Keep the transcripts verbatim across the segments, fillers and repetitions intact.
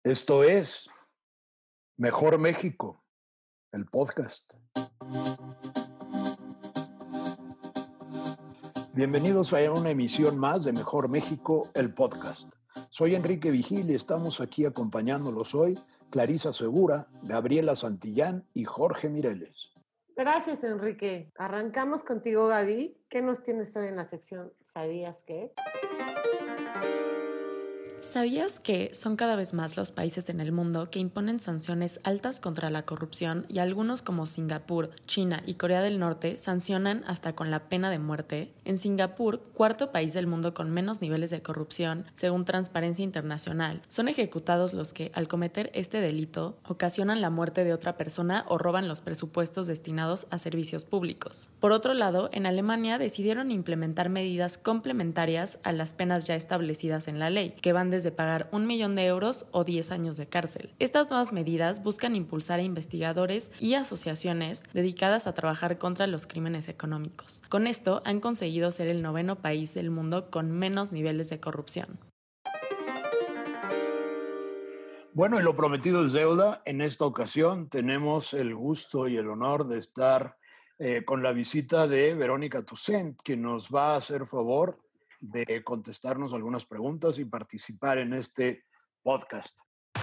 Esto es Mejor México, el podcast. Bienvenidos a una emisión más de Mejor México, el podcast. Soy Enrique Vigil y estamos aquí acompañándolos hoy Clarisa Segura, Gabriela Santillán y Jorge Mireles. Gracias, Enrique. Arrancamos contigo, Gaby. ¿Qué nos tienes hoy en la sección ¿Sabías qué? ¿Sabías que son cada vez más los países en el mundo que imponen sanciones altas contra la corrupción y algunos como Singapur, China y Corea del Norte sancionan hasta con la pena de muerte? En Singapur, cuarto país del mundo con menos niveles de corrupción, según Transparencia Internacional, son ejecutados los que, al cometer este delito, ocasionan la muerte de otra persona o roban los presupuestos destinados a servicios públicos. Por otro lado, en Alemania decidieron implementar medidas complementarias a las penas ya establecidas en la ley, que van desde pagar un millón de euros o diez años de cárcel. Estas nuevas medidas buscan impulsar a investigadores y asociaciones dedicadas a trabajar contra los crímenes económicos. Con esto han conseguido ser el noveno país del mundo con menos niveles de corrupción. Bueno, y lo prometido es deuda. En esta ocasión tenemos el gusto y el honor de estar eh, con la visita de Verónica Toussaint, que nos va a hacer favor de contestarnos algunas preguntas y participar en este podcast.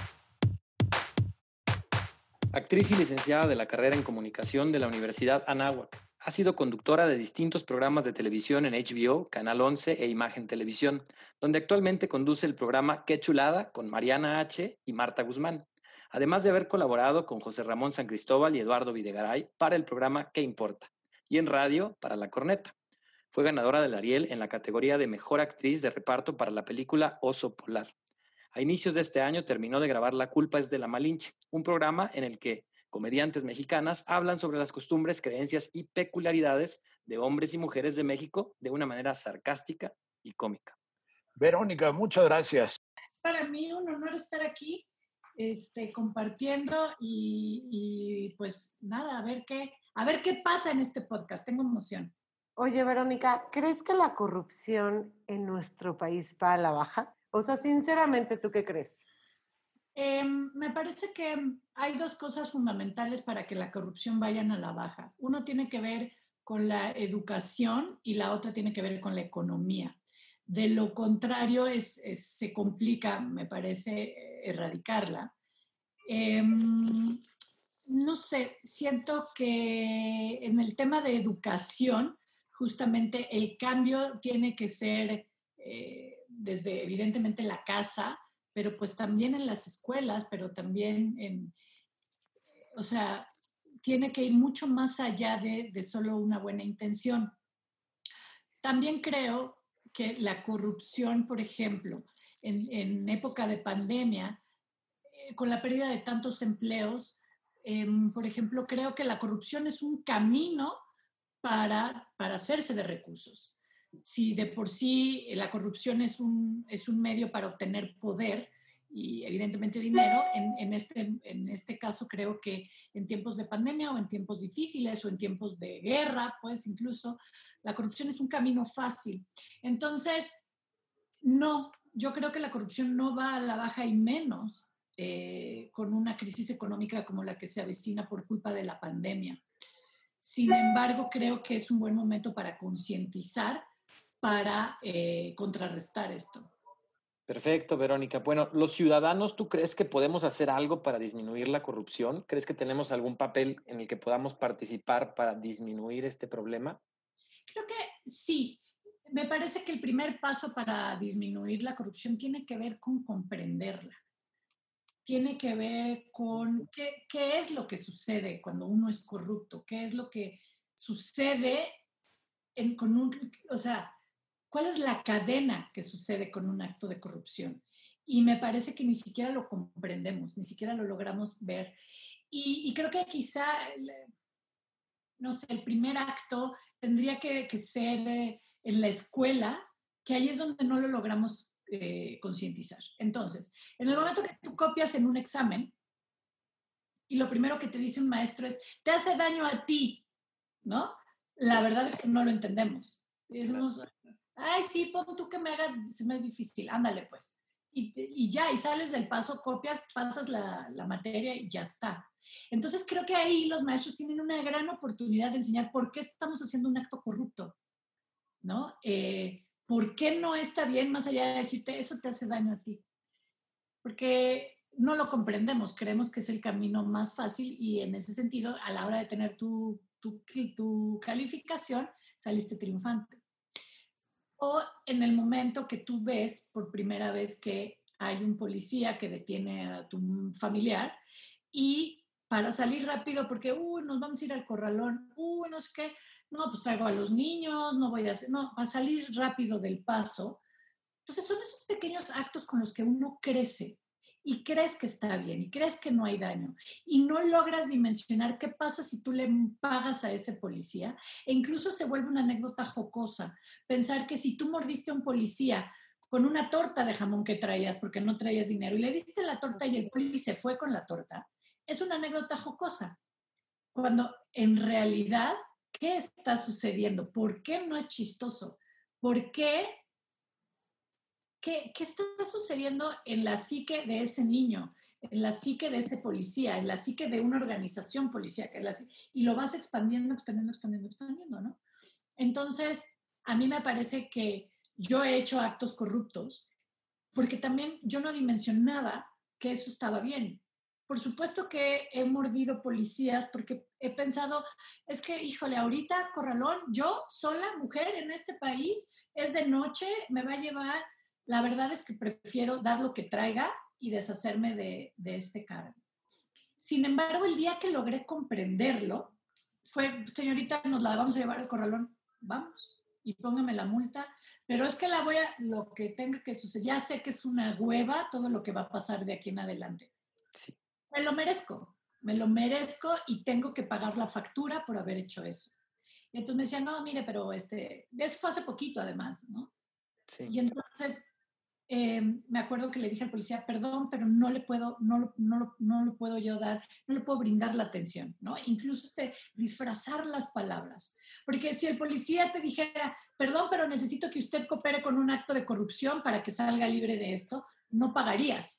Actriz y licenciada de la carrera en Comunicación de la Universidad Anáhuac. Ha sido conductora de distintos programas de televisión en H B O, Canal once e Imagen Televisión, donde actualmente conduce el programa Qué Chulada con Mariana H. y Marta Guzmán, además de haber colaborado con José Ramón San Cristóbal y Eduardo Videgaray para el programa ¿Qué importa? Y en radio para La Corneta. Fue ganadora del Ariel en la categoría de Mejor Actriz de Reparto para la película Oso Polar. A inicios de este año terminó de grabar La culpa es de la Malinche, un programa en el que comediantes mexicanas hablan sobre las costumbres, creencias y peculiaridades de hombres y mujeres de México de una manera sarcástica y cómica. Verónica, muchas gracias. Es para mí un honor estar aquí este, compartiendo y, y pues nada, a ver, qué, a ver qué pasa en este podcast. Tengo emoción. Oye, Verónica, ¿crees que la corrupción en nuestro país va a la baja? O sea, sinceramente, ¿tú qué crees? Eh, me parece que hay dos cosas fundamentales para que la corrupción vaya a la baja. Uno tiene que ver con la educación y la otra tiene que ver con la economía. De lo contrario, es, es, se complica, me parece, erradicarla. Eh, no sé, siento que en el tema de educación, justamente el cambio tiene que ser eh, desde evidentemente la casa, pero pues también en las escuelas, pero también en, o sea, tiene que ir mucho más allá de, de solo una buena intención. También creo que la corrupción, por ejemplo, en, en época de pandemia, eh, con la pérdida de tantos empleos, eh, por ejemplo, creo que la corrupción es un camino para, para hacerse de recursos. Si de por sí la corrupción es un, es un medio para obtener poder y evidentemente dinero, en, en, este, en este caso creo que en tiempos de pandemia o en tiempos difíciles o en tiempos de guerra, pues incluso la corrupción es un camino fácil. Entonces, no, yo creo que la corrupción no va a la baja y menos eh, con una crisis económica como la que se avecina por culpa de la pandemia. Sin embargo, creo que es un buen momento para concientizar, para eh, contrarrestar esto. Perfecto, Verónica. Bueno, los ciudadanos, ¿tú crees que podemos hacer algo para disminuir la corrupción? ¿Crees que tenemos algún papel en el que podamos participar para disminuir este problema? Creo que sí. Me parece que el primer paso para disminuir la corrupción tiene que ver con comprenderla. Tiene que ver con qué, qué es lo que sucede cuando uno es corrupto, qué es lo que sucede en, con un, o sea, cuál es la cadena que sucede con un acto de corrupción. Y me parece que ni siquiera lo comprendemos, ni siquiera lo logramos ver. Y, y creo que quizá, no sé, el primer acto tendría que, que ser eh, en la escuela, que ahí es donde no lo logramos Eh, concientizar. Entonces, en el momento que tú copias en un examen y lo primero que te dice un maestro es, te hace daño a ti, ¿no? La verdad es que no lo entendemos. Y decimos, ay, sí, pon tú que me haga, se me es difícil, ándale pues. y, y ya, y sales del paso, copias, pasas la, la materia y ya está. Entonces creo que ahí los maestros tienen una gran oportunidad de enseñar por qué estamos haciendo un acto corrupto, ¿no? Eh, ¿Por qué no está bien más allá de decirte eso te hace daño a ti? Porque no lo comprendemos, creemos que es el camino más fácil y en ese sentido, a la hora de tener tu, tu, tu calificación, saliste triunfante. O en el momento que tú ves por primera vez que hay un policía que detiene a tu familiar y para salir rápido porque, uy, nos vamos a ir al corralón, uy, no sé qué, no, pues traigo a los niños, no voy a hacer, no, a salir rápido del paso. Entonces son esos pequeños actos con los que uno crece y crees que está bien y crees que no hay daño y no logras dimensionar qué pasa si tú le pagas a ese policía e incluso se vuelve una anécdota jocosa. Pensar que si tú mordiste a un policía con una torta de jamón que traías porque no traías dinero y le diste la torta y el policía se fue con la torta, es una anécdota jocosa. Cuando en realidad, ¿qué está sucediendo? ¿Por qué no es chistoso? ¿Por qué? ¿Qué, ¿Qué está sucediendo en la psique de ese niño, en la psique de ese policía, en la psique de una organización policíaca? Y lo vas expandiendo, expandiendo, expandiendo, expandiendo, ¿no? Entonces, a mí me parece que yo he hecho actos corruptos porque también yo no dimensionaba que eso estaba bien. Por supuesto que he mordido policías porque he pensado, es que, híjole, ahorita Corralón, yo sola, mujer en este país, es de noche, me va a llevar. La verdad es que prefiero dar lo que traiga y deshacerme de, de este cargo. Sin embargo, el día que logré comprenderlo, fue, señorita, nos la vamos a llevar al corralón, vamos, y póngame la multa, pero es que la voy a, lo que tenga que suceder, ya sé que es una hueva todo lo que va a pasar de aquí en adelante. Sí. Me lo merezco, me lo merezco y tengo que pagar la factura por haber hecho eso. Y entonces me decían, no, mire, pero este, eso fue hace poquito además, ¿no? Sí. Y entonces eh, me acuerdo que le dije al policía, perdón, pero no le puedo, no, no, no lo puedo yo dar, no le puedo brindar la atención, ¿no? Incluso este, disfrazar las palabras. Porque si el policía te dijera, perdón, pero necesito que usted coopere con un acto de corrupción para que salga libre de esto, no pagarías.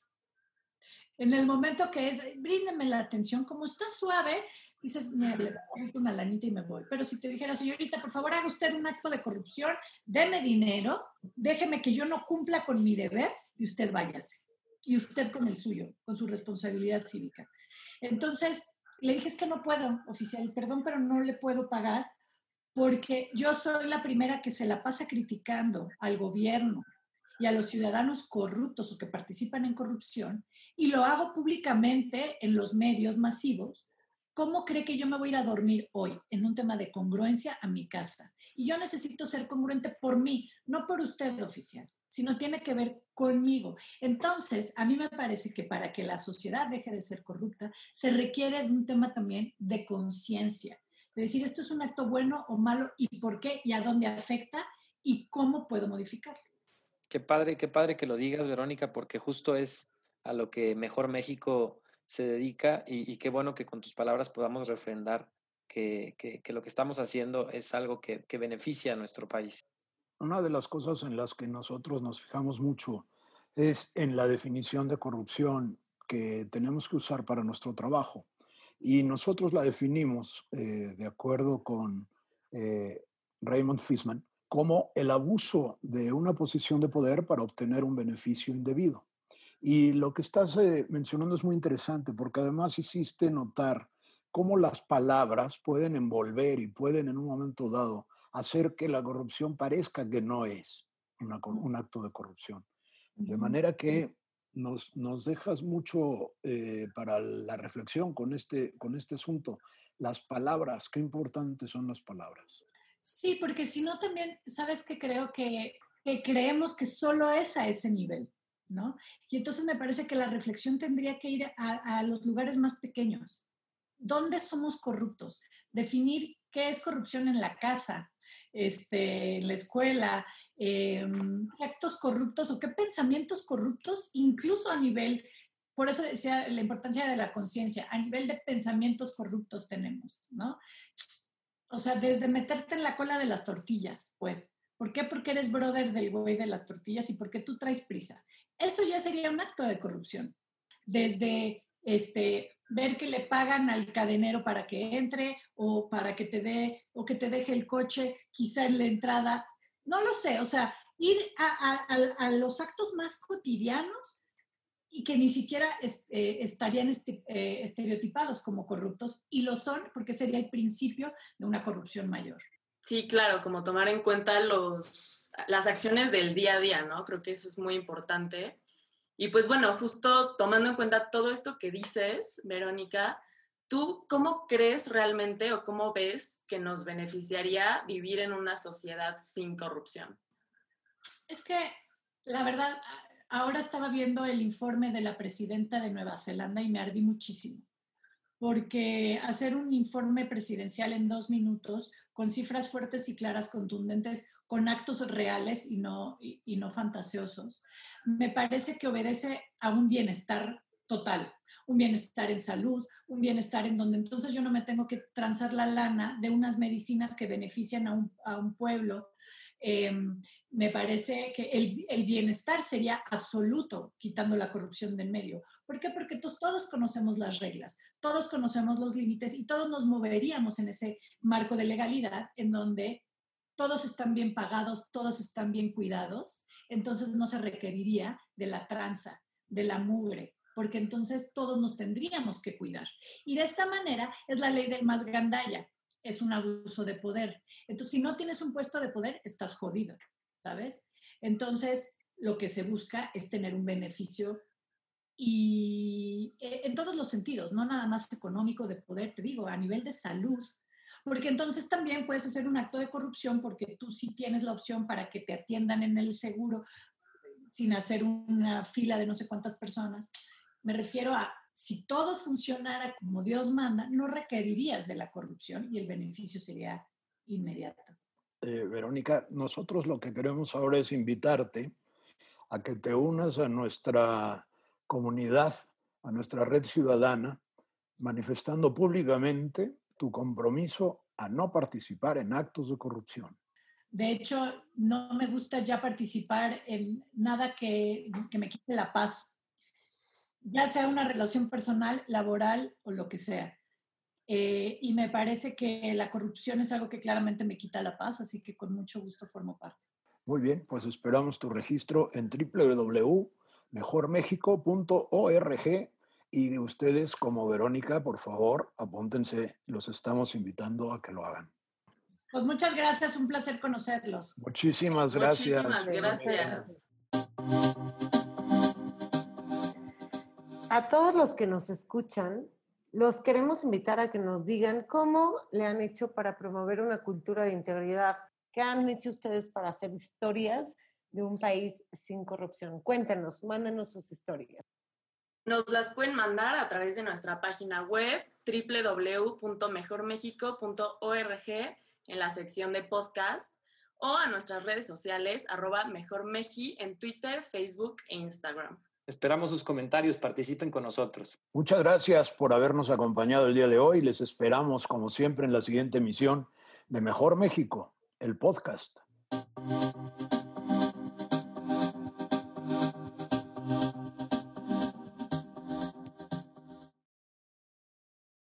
En el momento que es, bríndeme la atención, como está suave, dices, mira, le doy una lanita y me voy. Pero si te dijera, señorita, por favor, haga usted un acto de corrupción, deme dinero, déjeme que yo no cumpla con mi deber y usted váyase. Y usted con el suyo, con su responsabilidad cívica. Entonces, le dije, es que no puedo, oficial, perdón, pero no le puedo pagar porque yo soy la primera que se la pasa criticando al gobierno y a los ciudadanos corruptos o que participan en corrupción, y lo hago públicamente en los medios masivos. ¿Cómo cree que yo me voy a ir a dormir hoy en un tema de congruencia a mi casa? Y yo necesito ser congruente por mí, no por usted, oficial, sino tiene que ver conmigo. Entonces, a mí me parece que para que la sociedad deje de ser corrupta, se requiere de un tema también de conciencia, de decir esto es un acto bueno o malo y por qué y a dónde afecta y cómo puedo modificarlo. Qué padre, qué padre que lo digas, Verónica, porque justo es a lo que Mejor México se dedica y, y qué bueno que con tus palabras podamos refrendar que, que, que lo que estamos haciendo es algo que, que beneficia a nuestro país. Una de las cosas en las que nosotros nos fijamos mucho es en la definición de corrupción que tenemos que usar para nuestro trabajo. Y nosotros la definimos, eh, de acuerdo con eh, Raymond Fishman, como el abuso de una posición de poder para obtener un beneficio indebido. Y lo que estás eh, mencionando es muy interesante porque además hiciste notar cómo las palabras pueden envolver y pueden en un momento dado hacer que la corrupción parezca que no es una, un acto de corrupción. De manera que nos, nos dejas mucho eh, para la reflexión con este, con este asunto. Las palabras, qué importantes son las palabras. Sí, porque si no también, ¿sabes qué? Creo que, que creemos que solo es a ese nivel, ¿no? Y entonces me parece que la reflexión tendría que ir a, a los lugares más pequeños. ¿Dónde somos corruptos? Definir qué es corrupción en la casa, este, en la escuela, eh, actos corruptos o qué pensamientos corruptos, incluso a nivel, por eso decía la importancia de la conciencia, a nivel de pensamientos corruptos tenemos, ¿no? O sea, desde meterte en la cola de las tortillas, pues. ¿Por qué? Porque eres brother del güey de las tortillas y porque tú traes prisa. Eso ya sería un acto de corrupción. Desde este, ver que le pagan al cadenero para que entre o para que te dé o que te deje el coche quizá en la entrada. No lo sé, o sea, ir a, a, a, a los actos más cotidianos y que ni siquiera es, eh, estarían este, eh, estereotipados como corruptos, y lo son porque sería el principio de una corrupción mayor. Sí, claro, como tomar en cuenta los, las acciones del día a día, ¿no? Creo que eso es muy importante. Y pues bueno, justo tomando en cuenta todo esto que dices, Verónica, ¿tú cómo crees realmente o cómo ves que nos beneficiaría vivir en una sociedad sin corrupción? Es que, la verdad, ahora estaba viendo el informe de la presidenta de Nueva Zelanda y me ardí muchísimo, porque hacer un informe presidencial en dos minutos, con cifras fuertes y claras, contundentes, con actos reales y no, y, y no fantasiosos, me parece que obedece a un bienestar total, un bienestar en salud, un bienestar en donde entonces yo no me tengo que transar la lana de unas medicinas que benefician a un, a un pueblo. Eh, me parece que el, el bienestar sería absoluto quitando la corrupción de en medio. ¿Por qué? Porque todos, todos conocemos las reglas, todos conocemos los límites y todos nos moveríamos en ese marco de legalidad en donde todos están bien pagados, todos están bien cuidados, entonces no se requeriría de la tranza, de la mugre, porque entonces todos nos tendríamos que cuidar. Y de esta manera es la ley del más gandalla, es un abuso de poder. Entonces, si no tienes un puesto de poder, estás jodido, ¿sabes? Entonces, lo que se busca es tener un beneficio y en todos los sentidos, no nada más económico, de poder, te digo, a nivel de salud, porque entonces también puedes hacer un acto de corrupción porque tú sí tienes la opción para que te atiendan en el seguro sin hacer una fila de no sé cuántas personas. Me refiero a, si todo funcionara como Dios manda, no requerirías de la corrupción y el beneficio sería inmediato. Eh, Verónica, nosotros lo que queremos ahora es invitarte a que te unas a nuestra comunidad, a nuestra red ciudadana, manifestando públicamente tu compromiso a no participar en actos de corrupción. De hecho, no me gusta ya participar en nada que, que me quite la paz, ya sea una relación personal, laboral o lo que sea. Eh, y me parece que la corrupción es algo que claramente me quita la paz, así que con mucho gusto formo parte. Muy bien, pues esperamos tu registro en doble u doble u doble u punto mejor méxico punto org y ustedes como Verónica, por favor, apúntense, los estamos invitando a que lo hagan. Pues muchas gracias, un placer conocerlos. Muchísimas gracias. Muchísimas gracias. A todos los que nos escuchan, los queremos invitar a que nos digan cómo le han hecho para promover una cultura de integridad. ¿Qué han hecho ustedes para hacer historias de un país sin corrupción? Cuéntenos, mándenos sus historias. Nos las pueden mandar a través de nuestra página web doble u doble u doble u punto mejor méxico punto org en la sección de podcast o a nuestras redes sociales arroba mejormeji en Twitter, Facebook e Instagram. Esperamos sus comentarios, participen con nosotros. Muchas gracias por habernos acompañado el día de hoy. Les esperamos, como siempre, en la siguiente emisión de Mejor México, el podcast.